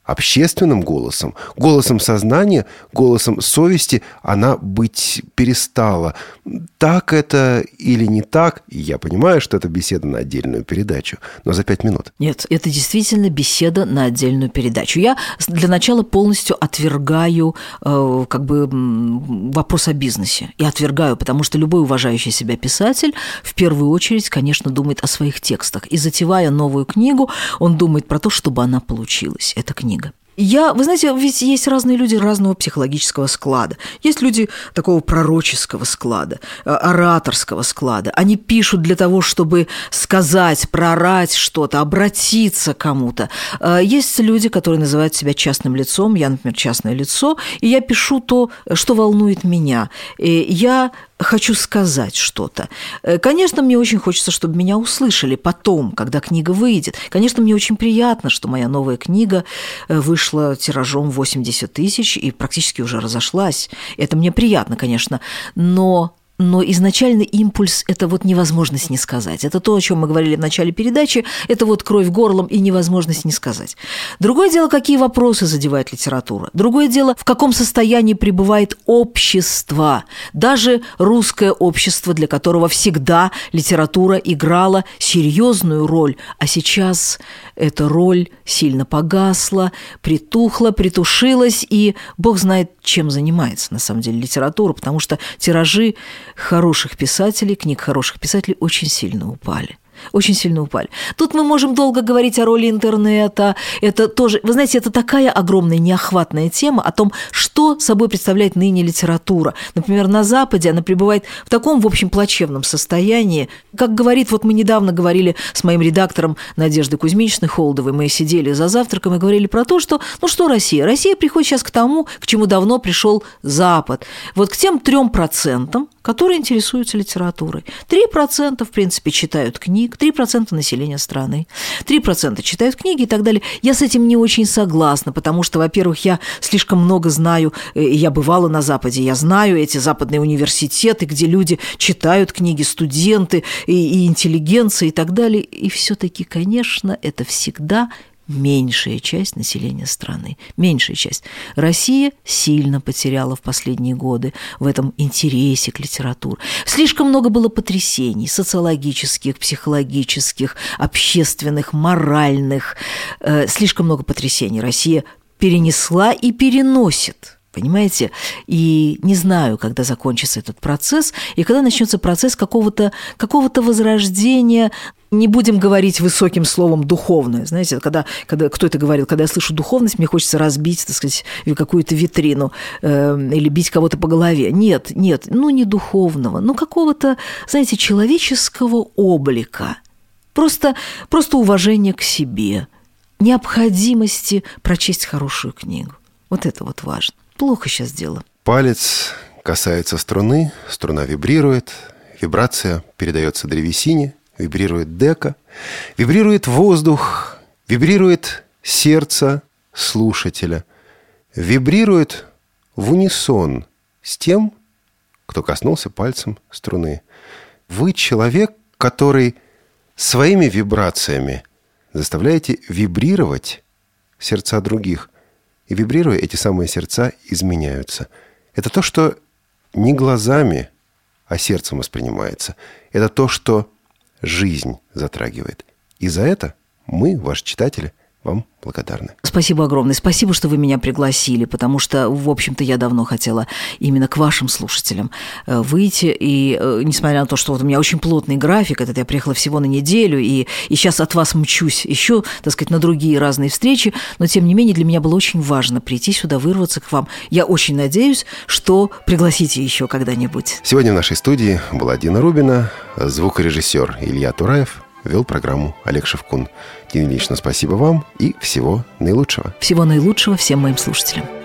общественным голосом, голосом сознания, голосом совести она быть перестала. Так это или не так? Я понимаю, что это беседа на отдельную передачу, но за пять минут. Нет, это действительно беседа на отдельную передачу. Я для начала полностью отвергаю э, как бы вопрос о бизнесе. И отвергаю, потому что любой уважающий себя писатель в первую очередь, конечно, думает о своих текстах. И затевая новую книгу, он думает про то, чтобы она получилась, эта книга. Я, вы знаете, ведь есть разные люди разного психологического склада. Есть люди такого пророческого склада, ораторского склада. Они пишут для того, чтобы сказать, проорать что-то, обратиться к кому-то. Есть люди, которые называют себя частным лицом. Я, например, частное лицо, и я пишу то, что волнует меня. И я хочу сказать что-то. Конечно, мне очень хочется, чтобы меня услышали потом, когда книга выйдет. Конечно, мне очень приятно, что моя новая книга вышла тиражом восемьдесят тысяч и практически уже разошлась. Это мне приятно, конечно, но... Но изначальный импульс – это вот невозможность не сказать. Это то, о чем мы говорили в начале передачи, это вот кровь горлом и невозможность не сказать. Другое дело, какие вопросы задевает литература. Другое дело, в каком состоянии пребывает общество. Даже русское общество, для которого всегда литература играла серьезную роль, а сейчас эта роль сильно погасла, притухла, притушилась, и бог знает, чем занимается на самом деле литература, потому что тиражи хороших писателей, книг хороших писателей очень сильно упали. Очень сильно упали. Тут мы можем долго говорить о роли интернета. Это тоже, вы знаете, это такая огромная неохватная тема о том, что собой представляет ныне литература. Например, на Западе она пребывает в таком, в общем, плачевном состоянии. Как говорит, вот мы недавно говорили с моим редактором Надеждой Кузьминичной Холодовой, мы сидели за завтраком и говорили про то, что, ну что Россия? Россия приходит сейчас к тому, к чему давно пришел Запад. Вот к тем трем процентам, которые интересуются литературой. Три процента, в принципе, читают книг, три процента населения страны, три процента читают книги и так далее. Я с этим не очень согласна, потому что, во-первых, я слишком много знаю, я бывала на Западе, я знаю эти западные университеты, где люди читают книги, студенты и, и интеллигенция и так далее. И все-таки, конечно, это всегда меньшая часть населения страны. Меньшая часть. Россия сильно потеряла в последние годы в этом интересе к литературе. Слишком много было потрясений социологических, психологических, общественных, моральных. Э, слишком много потрясений Россия перенесла и переносит. Понимаете? И не знаю, когда закончится этот процесс, и когда начнется процесс какого-то, какого-то возрождения. Не будем говорить высоким словом «духовное». Знаете, когда, когда кто это говорил, когда я слышу духовность, мне хочется разбить, так сказать, какую-то витрину э, или бить кого-то по голове. Нет, нет, ну не духовного, ну какого-то, знаете, человеческого облика. Просто, просто уважение к себе, необходимости прочесть хорошую книгу. Вот это вот важно. Плохо сейчас дело. Палец касается струны, струна вибрирует, вибрация передается древесине, вибрирует дека, вибрирует воздух, вибрирует сердце слушателя, вибрирует в унисон с тем, кто коснулся пальцем струны. Вы человек, который своими вибрациями заставляете вибрировать сердца других. И вибрируя, эти самые сердца изменяются. Это то, что не глазами, а сердцем воспринимается. Это то, что жизнь затрагивает. И за это мы, ваши читатели, вам благодарны. Спасибо огромное. Спасибо, что вы меня пригласили, потому что, в общем-то, я давно хотела именно к вашим слушателям выйти. И несмотря на то, что вот у меня очень плотный график, этот я приехала всего на неделю, и, и сейчас от вас мчусь еще, так сказать, на другие разные встречи, но, тем не менее, для меня было очень важно прийти сюда, вырваться к вам. Я очень надеюсь, что пригласите еще когда-нибудь. Сегодня в нашей студии была Дина Рубина, звукорежиссер Илья Тураев, вел программу Олег Шевкун. Дина Ильинична, спасибо вам и всего наилучшего. Всего наилучшего всем моим слушателям.